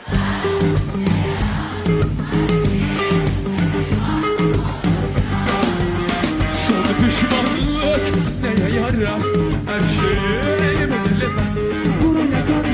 Son pişmanlık neye yarar? Her şeyi bilmem buraya kadar.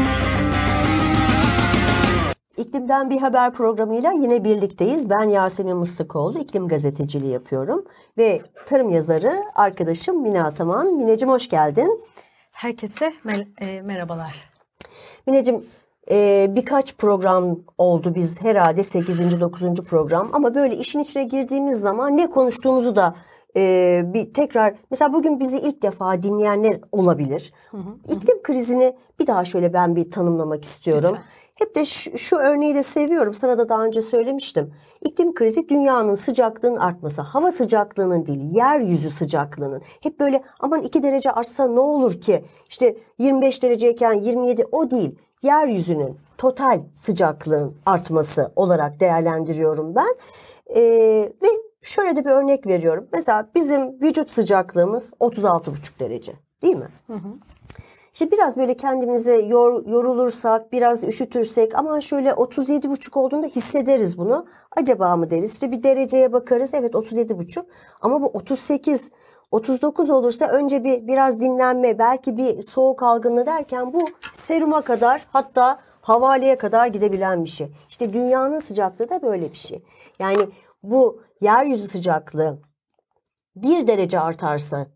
İklimden bir haber programıyla yine birlikteyiz. Ben Yasemin Mıstıkoğlu, iklim gazeteciliği yapıyorum. Ve tarım yazarı arkadaşım Mine Ataman. Mineciğim hoş geldin. Herkese merhabalar. Mineciğim birkaç program oldu, biz herhalde 8. 9. program. Ama böyle işin içine girdiğimiz zaman ne konuştuğumuzu da bir tekrar... Mesela bugün bizi ilk defa dinleyenler olabilir. İklim krizini bir daha şöyle ben bir tanımlamak istiyorum. Lütfen. Hep de şu örneği de seviyorum. Sana da daha önce söylemiştim. İklim krizi dünyanın sıcaklığının artması. Hava sıcaklığının değil, yeryüzü sıcaklığının. Hep böyle aman 2 derece artsa ne olur ki? İşte 25 dereceyken 27, o değil. Yeryüzünün total sıcaklığın artması olarak değerlendiriyorum ben. Ve şöyle de bir örnek veriyorum. Mesela bizim vücut sıcaklığımız 36,5 derece, değil mi? İşte biraz böyle kendimize yorulursak, biraz üşütürsek, ama şöyle 37,5 olduğunda hissederiz bunu. Acaba mı deriz? İşte bir dereceye bakarız. Evet 37,5, ama bu 38, 39 olursa önce biraz dinlenme, belki bir soğuk algınlığı derken bu seruma kadar, hatta havaleye kadar gidebilen bir şey. İşte dünyanın sıcaklığı da böyle bir şey. Yani bu yeryüzü sıcaklığı 1 derece artarsa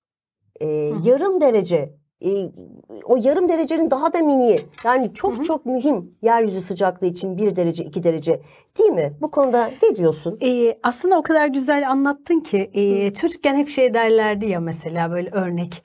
yarım derece, o yarım derecenin daha da mini, yani çok mühim yeryüzü sıcaklığı için 1 derece 2 derece, değil mi? Bu konuda ne diyorsun? Aslında o kadar güzel anlattın ki çocukken hep şey derlerdi ya, mesela böyle örnek.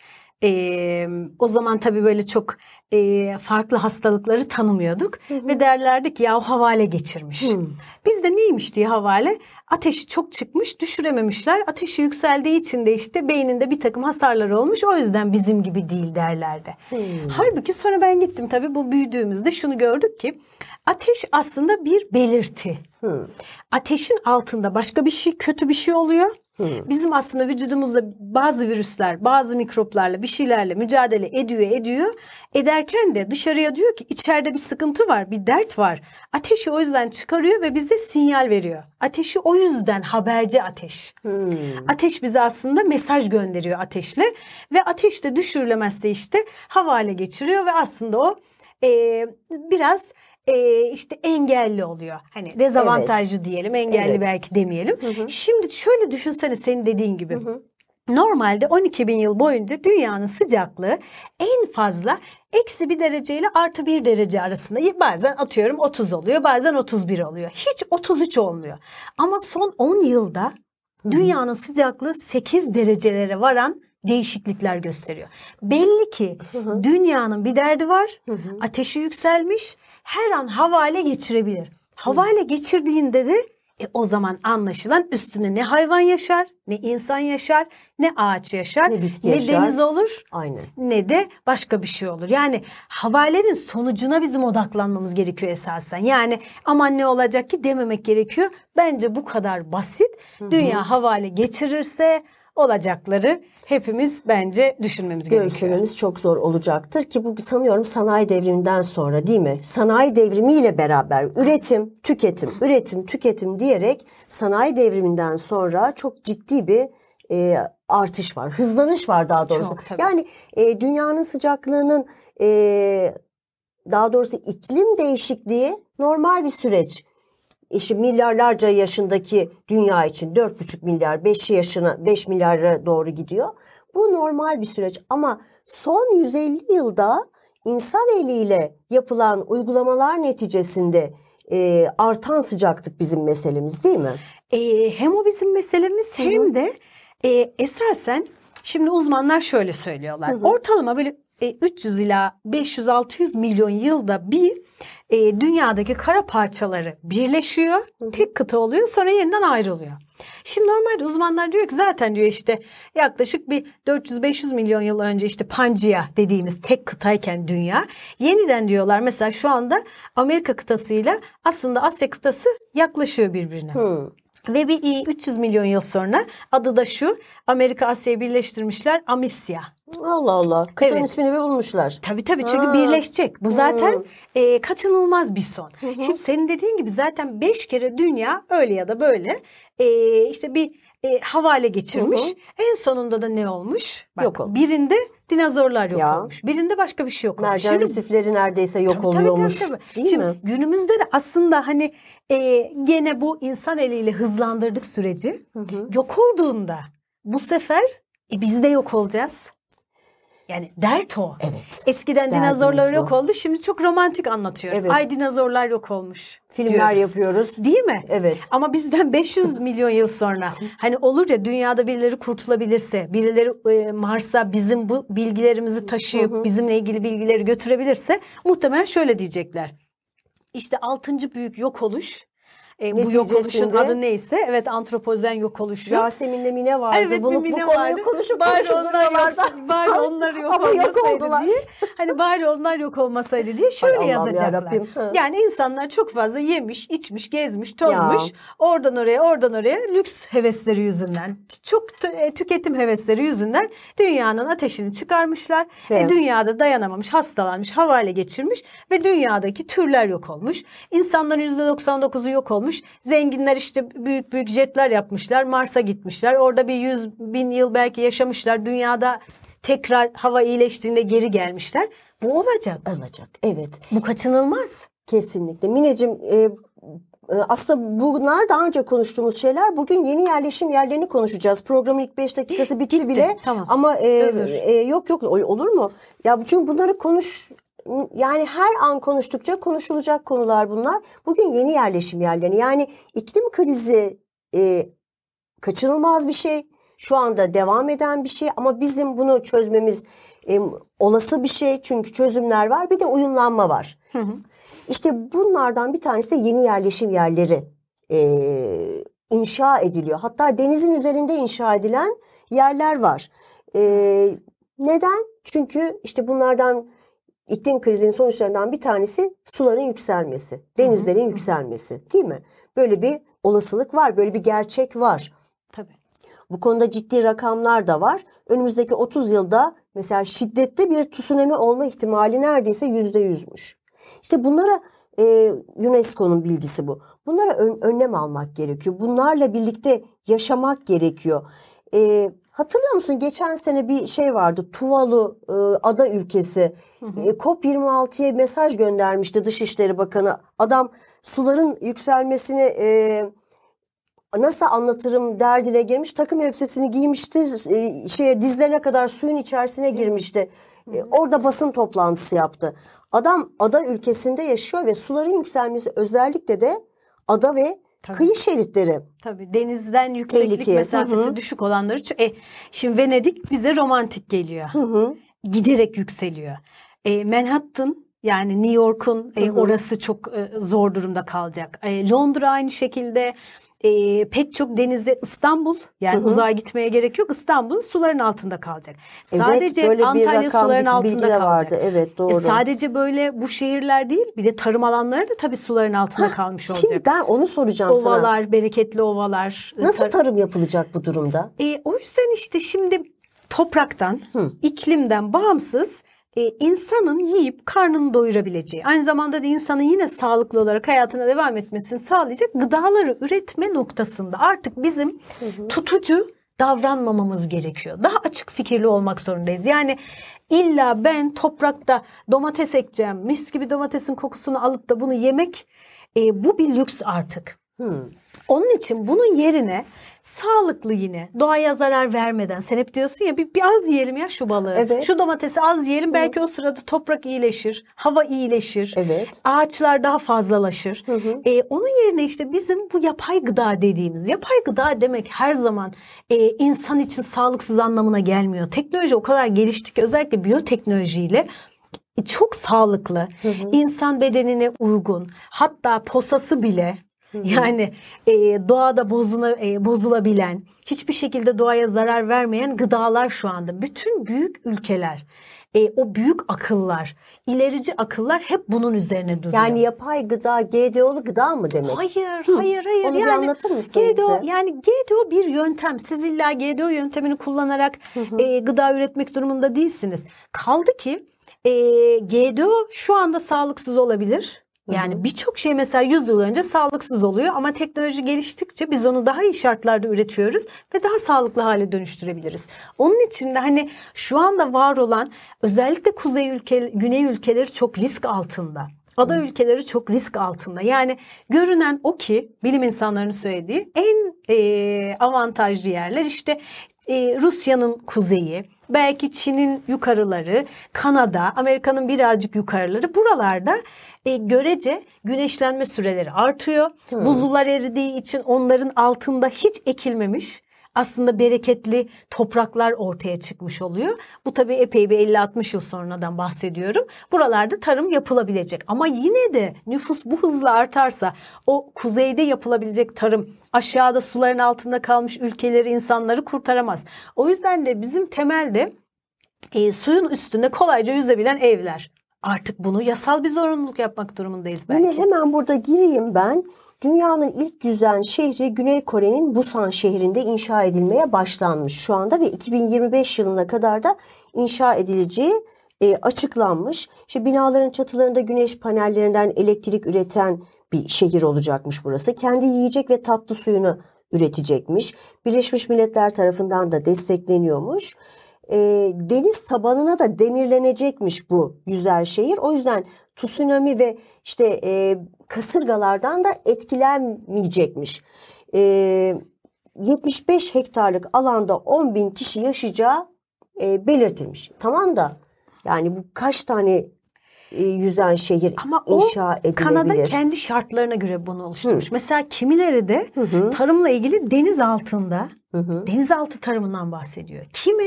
O zaman tabii böyle çok farklı hastalıkları tanımıyorduk ve derlerdi ki ya o havale geçirmiş. Bizde neymiş diye havale, ateşi çok çıkmış, düşürememişler. Ateşi yükseldiği için de işte beyninde bir takım hasarları olmuş, o yüzden bizim gibi değil derlerdi. Halbuki sonra ben gittim tabii, bu büyüdüğümüzde şunu gördük ki ateş aslında bir belirti. Ateşin altında başka bir şey, kötü bir şey oluyor. Bizim aslında vücudumuzda bazı virüsler, bazı mikroplarla, bir şeylerle mücadele ediyor. Ederken de dışarıya diyor ki içeride bir sıkıntı var, bir dert var. Ateşi o yüzden çıkarıyor ve bize sinyal veriyor. Ateşi o yüzden haberci ateş. Ateş bize aslında mesaj gönderiyor ateşle ve ateş de düşürülemezse işte havale geçiriyor ve aslında o biraz işte engelli oluyor. Hani dezavantajlı diyelim, engelli belki demeyelim. Şimdi şöyle düşünsene, senin dediğin gibi. Normalde 12 bin yıl boyunca dünyanın sıcaklığı en fazla -1 derece ile +1 derece arasında. Bazen atıyorum 30 oluyor, bazen 31 oluyor. Hiç 33 olmuyor. Ama son 10 yılda dünyanın sıcaklığı 8 derecelere varan değişiklikler gösteriyor. Belli ki dünyanın bir derdi var, ateşi yükselmiş, her an havale geçirebilir. Havale geçirdiğinde de o zaman anlaşılan üstüne ne hayvan yaşar, ne insan yaşar, ne ağaç yaşar, ne bitki ne yaşar, deniz olur, aynen, ne de başka bir şey olur. Yani havalenin sonucuna bizim odaklanmamız gerekiyor esasen. Yani aman ne olacak ki dememek gerekiyor. Bence bu kadar basit. Dünya havale geçirirse olacakları hepimiz bence düşünmemiz gerekiyor. Göğüslememiz çok zor olacaktır ki bu sanıyorum sanayi devriminden sonra, değil mi? Sanayi devrimiyle beraber üretim, tüketim diyerek sanayi devriminden sonra çok ciddi bir artış var. Hızlanış var daha doğrusu. Çok, tabii. Yani dünyanın sıcaklığının, daha doğrusu iklim değişikliği normal bir süreç. İşte milyarlarca yaşındaki dünya için 4,5 milyar, 5 milyara doğru gidiyor. Bu normal bir süreç, ama son 150 yılda insan eliyle yapılan uygulamalar neticesinde artan sıcaklık bizim meselemiz, değil mi? Hem o bizim meselemiz hem de esasen şimdi uzmanlar şöyle söylüyorlar. Ortalama böyle 300 ila 500-600 milyon yılda bir dünyadaki kara parçaları birleşiyor. Tek kıta oluyor, sonra yeniden ayrılıyor. Şimdi normalde uzmanlar diyor ki zaten diyor işte yaklaşık bir 400-500 milyon yıl önce işte Pangea dediğimiz tek kıtayken dünya, yeniden diyorlar mesela şu anda Amerika kıtasıyla aslında Asya kıtası yaklaşıyor birbirine. Ve bir 300 milyon yıl sonra adı da şu, Amerika Asya'yı birleştirmişler, Amisya. Allah Allah. Kıtanın Evet. ismini bir bulmuşlar. Tabii çünkü birleşecek. Bu zaten kaçınılmaz bir son. Şimdi senin dediğin gibi zaten 5 kere dünya öyle ya da böyle işte bir havale geçirmiş. En sonunda da ne olmuş? Bak, Yok olmuş. birinde dinozorlar yok Ya. olmuş. Birinde başka bir şey yok olmuş. Mercan Şimdi- resifleri neredeyse yok Tabii, oluyormuş. tabii. Değil Şimdi mi? günümüzde de aslında hani gene bu insan eliyle hızlandırdık süreci. Yok olduğunda bu sefer biz de yok olacağız. Yani dert o. Evet. Eskiden Derdimiz dinozorlar bu. yok oldu. Şimdi çok romantik anlatıyoruz. Evet. Ay dinozorlar yok olmuş. Filmler diyoruz. yapıyoruz. Değil mi? Evet. Ama bizden 500 milyon yıl sonra hani olur ya dünyada birileri kurtulabilirse, birileri Mars'a bizim bu bilgilerimizi taşıyıp bizimle ilgili bilgileri götürebilirse muhtemelen şöyle diyecekler. İşte 6. büyük yok oluş. Bu yok oluşun Neticesinde- adı neyse, evet, antropozen yok oluşu. Yasemin'le Mine vardı. Evet, Bunu, bir bu Mine konuyu vardı. konuşup Bari onlar duruyorlar da. yok- bari onlar yok Ama yok olmasaydı oldular. diye. Hani bari onlar yok olmasaydı diye şöyle Allah'ım yazacaklar. yarabbim. Hı. Yani insanlar çok fazla yemiş, içmiş, gezmiş, tozmuş. Oradan oraya lüks hevesleri yüzünden, çok tüketim hevesleri yüzünden dünyanın ateşini çıkarmışlar. Evet. Dünyada dayanamamış, hastalanmış, havale geçirmiş ve dünyadaki türler yok olmuş. İnsanların %99'u yok olmuş. Zenginler işte büyük büyük jetler yapmışlar. Mars'a gitmişler. Orada bir 100.000 yıl belki yaşamışlar. Dünyada tekrar hava iyileştiğinde geri gelmişler. Bu olacak. Olacak. Evet. Bu kaçınılmaz. Kesinlikle. Mineciğim aslında bunlar daha önce konuştuğumuz şeyler. Bugün yeni yerleşim yerlerini konuşacağız. Programın ilk 5 dakikası bitti Gitti, bile. tamam. Ama Özür. yok olur mu? Ya çünkü bunları yani her an konuştukça konuşulacak konular bunlar. Bugün yeni yerleşim yerlerini, yani iklim krizi kaçınılmaz bir şey. Şu anda devam eden bir şey ama bizim bunu çözmemiz olası bir şey. Çünkü çözümler var, bir de uyumlanma var. İşte bunlardan bir tanesi de yeni yerleşim yerleri inşa ediliyor. Hatta denizin üzerinde inşa edilen yerler var. Neden? Çünkü işte bunlardan, iklim krizinin sonuçlarından bir tanesi suların yükselmesi, denizlerin yükselmesi, değil mi? Böyle bir olasılık var, böyle bir gerçek var. Tabii. Bu konuda ciddi rakamlar da var. Önümüzdeki 30 yılda mesela şiddetli bir tsunami olma ihtimali neredeyse %100'müş. İşte bunlara UNESCO'nun bilgisi bu. Bunlara önlem almak gerekiyor. Bunlarla birlikte yaşamak gerekiyor. Hatırlıyor musun? Geçen sene bir şey vardı. Tuvalu ada ülkesi. COP26'ya mesaj göndermişti Dışişleri Bakanı. Adam suların yükselmesini nasıl anlatırım derdine girmiş. Takım elbisesini giymişti. Dizlerine kadar suyun içerisine girmişti. Orada basın toplantısı yaptı. Adam ada ülkesinde yaşıyor ve suların yükselmesi özellikle de ada ve kıyı şeritleri. Tabii denizden yükseklik Tehlike. mesafesi düşük olanları. Şimdi Venedik bize romantik geliyor. Giderek yükseliyor. Manhattan, yani New York'un orası çok zor durumda kalacak. Londra aynı şekilde. Pek çok denize, İstanbul, yani uzağa gitmeye gerek yok, İstanbul suların altında kalacak. Sadece böyle bir Antalya rakam, suların bir altında bilgi de kalacak. vardı. Evet, doğru. Sadece böyle bu şehirler değil, bir de tarım alanları da tabii suların altında kalmış olacak. Şimdi ben onu soracağım sana. Ovalar, bereketli ovalar. Nasıl tarım yapılacak bu durumda? O yüzden işte şimdi topraktan, iklimden bağımsız insanın yiyip karnını doyurabileceği, aynı zamanda da insanın yine sağlıklı olarak hayatına devam etmesini sağlayacak gıdaları üretme noktasında artık bizim tutucu davranmamamız gerekiyor. Daha açık fikirli olmak zorundayız. Yani illa ben toprakta domates ekeceğim, mis gibi domatesin kokusunu alıp da bunu yemek, bu bir lüks artık. Onun için bunun yerine sağlıklı, yine doğaya zarar vermeden, sen hep diyorsun ya bir az yiyelim ya şu balığı, Evet. şu domatesi az yiyelim, belki o sırada toprak iyileşir, hava iyileşir, Evet. ağaçlar daha fazlalaşır. Onun yerine işte bizim bu yapay gıda dediğimiz, yapay gıda demek her zaman insan için sağlıksız anlamına gelmiyor. Teknoloji o kadar gelişti ki, özellikle biyoteknolojiyle çok sağlıklı, insan bedenine uygun, hatta posası bile Yani doğada bozulabilen, hiçbir şekilde doğaya zarar vermeyen gıdalar şu anda. Bütün büyük ülkeler, o büyük akıllar, ilerici akıllar hep bunun üzerine duruyor. Yani yapay gıda, GDO'lu gıda mı demek? Hayır. Onu bir anlatır mısın GDO, bize? yani GDO bir yöntem. Siz illa GDO yöntemini kullanarak gıda üretmek durumunda değilsiniz. Kaldı ki GDO şu anda sağlıksız olabilir. Yani birçok şey mesela 100 yıl önce sağlıksız oluyor ama teknoloji geliştikçe biz onu daha iyi şartlarda üretiyoruz ve daha sağlıklı hale dönüştürebiliriz. Onun için de hani şu anda var olan özellikle güney ülkeleri çok risk altında. Ada ülkeleri çok risk altında. Yani görünen o ki bilim insanlarının söylediği en avantajlı yerler işte Rusya'nın kuzeyi, belki Çin'in yukarıları, Kanada, Amerika'nın birazcık yukarıları. Buralarda görece güneşlenme süreleri artıyor. Buzullar eridiği için onların altında hiç ekilmemiş aslında bereketli topraklar ortaya çıkmış oluyor. Bu tabii epey bir 50-60 yıl sonradan bahsediyorum. Buralarda tarım yapılabilecek. Ama yine de nüfus bu hızla artarsa o kuzeyde yapılabilecek tarım aşağıda suların altında kalmış ülkeleri, insanları kurtaramaz. O yüzden de bizim temelde suyun üstünde kolayca yüzebilen evler. Artık bunu yasal bir zorunluluk yapmak durumundayız belki. Yine hemen burada gireyim ben. Dünyanın ilk yüzen şehri Güney Kore'nin Busan şehrinde inşa edilmeye başlanmış şu anda ve 2025 yılına kadar da inşa edileceği açıklanmış. İşte binaların çatılarında güneş panellerinden elektrik üreten bir şehir olacakmış burası. Kendi yiyecek ve tatlı suyunu üretecekmiş. Birleşmiş Milletler tarafından da destekleniyormuş. Deniz tabanına da demirlenecekmiş bu yüzer şehir. O yüzden tsunami ve işte kasırgalardan da etkilenmeyecekmiş. 75 hektarlık alanda 10.000 kişi yaşayacağı belirtilmiş. Tamam da yani bu kaç tane yüzen şehir ama inşa edilebilir? Kanada kendi şartlarına göre bunu oluşturmuş. Mesela kimileri de tarımla ilgili deniz altında, denizaltı tarımından bahsediyor. Kimi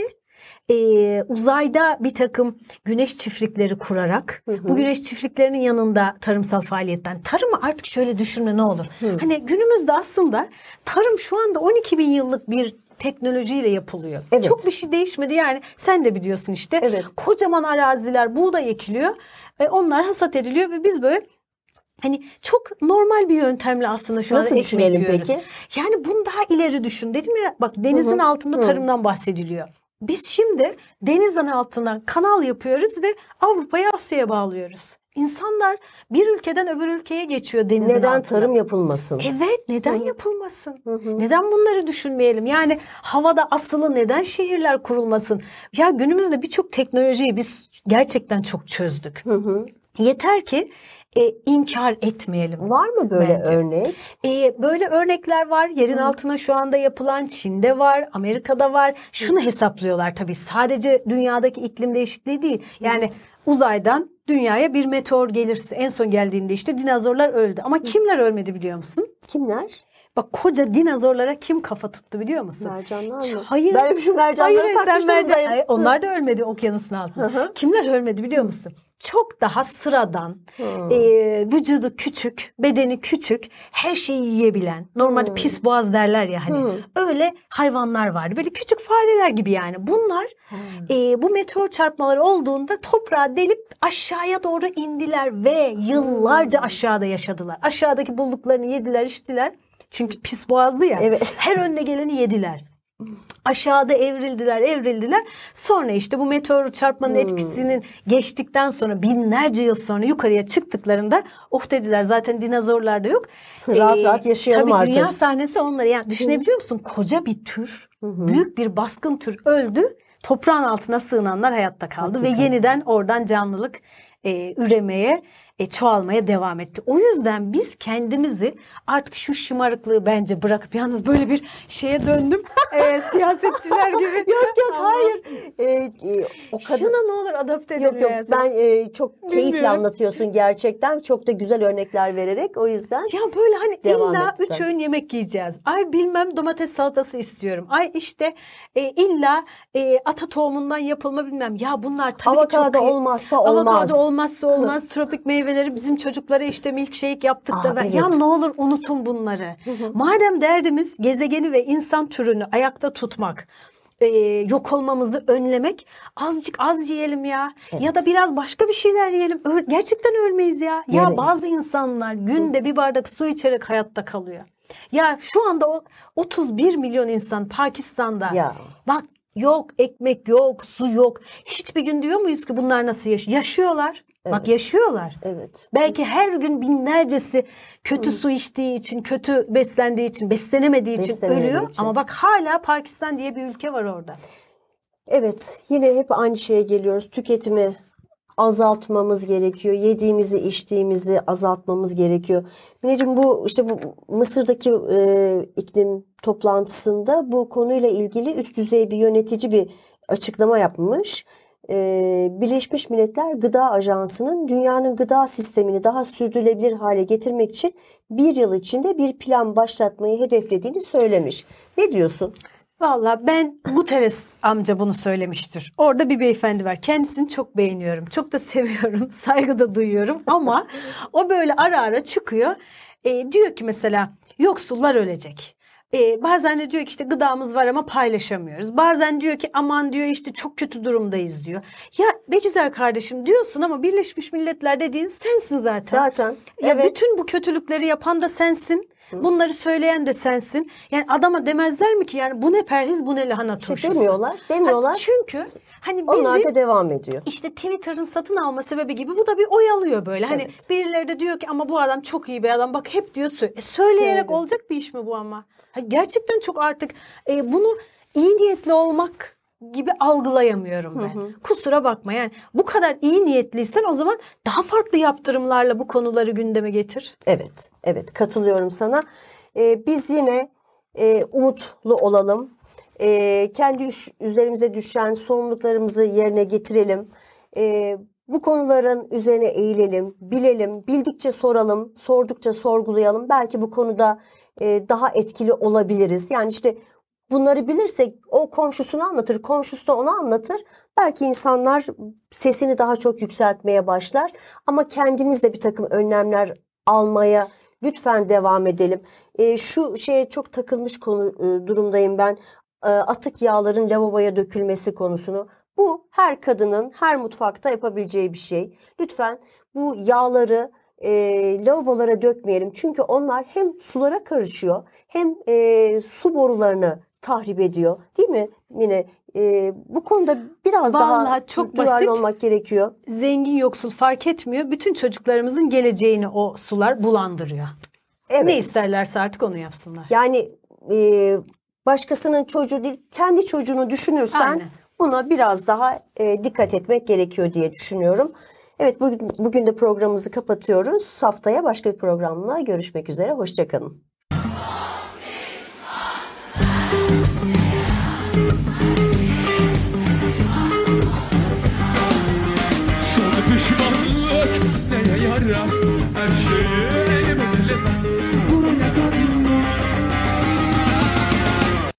uzayda bir takım güneş çiftlikleri kurarak bu güneş çiftliklerinin yanında tarımsal faaliyetten tarımı artık şöyle düşünme ne olur. Hani günümüzde aslında tarım şu anda 12 bin yıllık bir teknolojiyle yapılıyor. Evet. Çok bir şey değişmedi yani sen de biliyorsun işte. Evet. Kocaman araziler buğday ekiliyor. Onlar hasat ediliyor ve biz böyle hani çok normal bir yöntemle aslında şu Nasıl anda ekmek düşünelim yiyoruz. peki? Yani bunu daha ileri düşün. Dedim ya bak denizin altında tarımdan bahsediliyor. Biz şimdi denizin altından kanal yapıyoruz ve Avrupa'ya Asya'ya bağlıyoruz. İnsanlar bir ülkeden öbür ülkeye geçiyor denizin Neden altına. tarım yapılmasın? Evet neden yapılmasın? Neden bunları düşünmeyelim? Yani havada asılı neden şehirler kurulmasın? Ya günümüzde birçok teknolojiyi biz gerçekten çok çözdük. Yeter ki inkar etmeyelim. Var mı böyle bence. örnek? Böyle örnekler var. Yerin altına şu anda yapılan Çin'de var, Amerika'da var. Şunu hesaplıyorlar tabii. Sadece dünyadaki iklim değişikliği değil. Yani uzaydan dünyaya bir meteor gelirse en son geldiğinde işte dinozorlar öldü. Ama kimler ölmedi biliyor musun? Kimler? Bak koca dinozorlara kim kafa tuttu biliyor musun? Mercanlar mı? Hayır. Ben hep şu mercanlara Hayır, sen takmıştım. Hayır, onlar da ölmedi okyanusun altında. Kimler ölmedi biliyor musun? Çok daha sıradan, vücudu küçük, bedeni küçük, her şeyi yiyebilen, normalde pis boğaz derler ya hani öyle hayvanlar vardı. Böyle küçük fareler gibi yani. Bunlar bu meteor çarpmaları olduğunda toprağa delip aşağıya doğru indiler ve yıllarca aşağıda yaşadılar. Aşağıdaki bulduklarını yediler, içtiler. Çünkü pis boğazlı ya. Evet. Her önüne geleni yediler. Aşağıda evrildiler. Sonra işte bu meteor çarpmanın etkisinin geçtikten sonra binlerce yıl sonra yukarıya çıktıklarında oh dediler zaten dinozorlar da yok. Rahat rahat yaşayalım tabii artık. dünya sahnesi onları yani düşünebiliyor musun? Koca bir tür, büyük bir baskın tür öldü. Toprağın altına sığınanlar hayatta kaldı ve yeniden oradan canlılık üremeye, çoğalmaya devam etti. O yüzden biz kendimizi artık şu şımarıklığı bence bırakıp yalnız böyle bir şeye döndüm. Siyasetçiler gibi. Yok hayır. O kadar. Şuna ne olur adapte edelim. Yok yani. ben çok keyifle Bilmiyorum. anlatıyorsun gerçekten. Çok da güzel örnekler vererek o yüzden. Ya böyle hani Devam illa et 3 sen. öğün yemek yiyeceğiz. Ay bilmem domates salatası istiyorum. Ay işte illa ata tohumundan yapılma bilmem. Ya bunlar tabii ki çok Avokado olmazsa olmaz. Avokado olmazsa olmaz. Tropik meyve meyveleri bizim çocuklara işte milkshake yaptık da evet. ya ne olur unutun bunları. Madem derdimiz gezegeni ve insan türünü ayakta tutmak, yok olmamızı önlemek, azıcık az yiyelim ya. Evet. Ya da biraz başka bir şeyler yiyelim. Gerçekten ölmeyiz ya. Ya Yani- bazı insanlar günde bir bardak su içerek hayatta kalıyor. Ya şu anda o 31 milyon insan Pakistan'da. Ya. Bak, yok ekmek, yok su, yok. Hiçbir gün diyor muyuz ki bunlar nasıl yaşıyorlar? Bak, yaşıyorlar. Evet. Belki her gün binlercesi kötü su içtiği için, kötü beslendiği için, beslenemediği için Beslenemediği ölüyor. için. Ama bak, hala Pakistan diye bir ülke var orada. Evet, yine hep aynı şeye geliyoruz. Tüketimi azaltmamız gerekiyor. Yediğimizi, içtiğimizi azaltmamız gerekiyor. Mineciğim, bu Mısır'daki iklim toplantısında bu konuyla ilgili üst düzey bir yönetici bir açıklama yapmış. Birleşmiş Milletler Gıda Ajansı'nın dünyanın gıda sistemini daha sürdürülebilir hale getirmek için bir yıl içinde bir plan başlatmayı hedeflediğini söylemiş. Ne diyorsun? Vallahi ben, Guterres amca bunu söylemiştir. Orada bir beyefendi var. Kendisini çok beğeniyorum. Çok da seviyorum. Saygı da duyuyorum. Ama o böyle ara ara çıkıyor. Diyor ki mesela yoksullar ölecek. Bazen de diyor ki işte gıdamız var ama paylaşamıyoruz. Bazen diyor ki aman diyor işte çok kötü durumdayız diyor. Ya be güzel kardeşim diyorsun ama Birleşmiş Milletler dediğin sensin zaten. Zaten. Ya Evet. bütün bu kötülükleri yapan da sensin. Bunları söyleyen de sensin. Yani adama demezler mi ki yani bu ne perhiz, bu ne lahana turşusu? Demiyorlar. Ha, çünkü hani Onlar bizi da devam ediyor. işte Twitter'ın satın alma sebebi gibi bu da bir oyalıyor böyle. Hani Evet. birileri de diyor ki ama bu adam çok iyi bir adam. Bak hep diyor söyleyerek Söyle. olacak bir iş mi bu ama? Ha, gerçekten çok artık bunu iyi niyetli olmak gibi algılayamıyorum ben. Kusura bakma, yani bu kadar iyi niyetliysen o zaman daha farklı yaptırımlarla bu konuları gündeme getir. Evet, evet, katılıyorum sana. Biz yine umutlu olalım. Kendi üzerimize düşen sorumluluklarımızı yerine getirelim. Bu konuların üzerine eğilelim, bilelim, bildikçe soralım, sordukça sorgulayalım. Belki bu konuda daha etkili olabiliriz. Yani işte bunları bilirsek o komşusunu anlatır, komşusu da onu anlatır. Belki insanlar sesini daha çok yükseltmeye başlar. Ama kendimiz de bir takım önlemler almaya lütfen devam edelim. Şu şeye çok takılmış durumdayım ben. Atık yağların lavaboya dökülmesi konusunu. Bu her kadının her mutfakta yapabileceği bir şey. Lütfen bu yağları lavabolara dökmeyelim. Çünkü onlar hem sulara karışıyor hem su borularını tahrip ediyor. Değil mi Mine? Bu konuda biraz daha Vallahi çok duyarlı basit. olmak gerekiyor. Zengin yoksul fark etmiyor. Bütün çocuklarımızın geleceğini o sular bulandırıyor. Evet. Ne isterlerse artık onu yapsınlar. Yani başkasının çocuğu değil, kendi çocuğunu düşünürsen Aynen. buna biraz daha dikkat etmek gerekiyor diye düşünüyorum. Evet, bugün de programımızı kapatıyoruz. Haftaya başka bir programla görüşmek üzere. Hoşça kalın. Son pişmanlık neye yarar? Her şey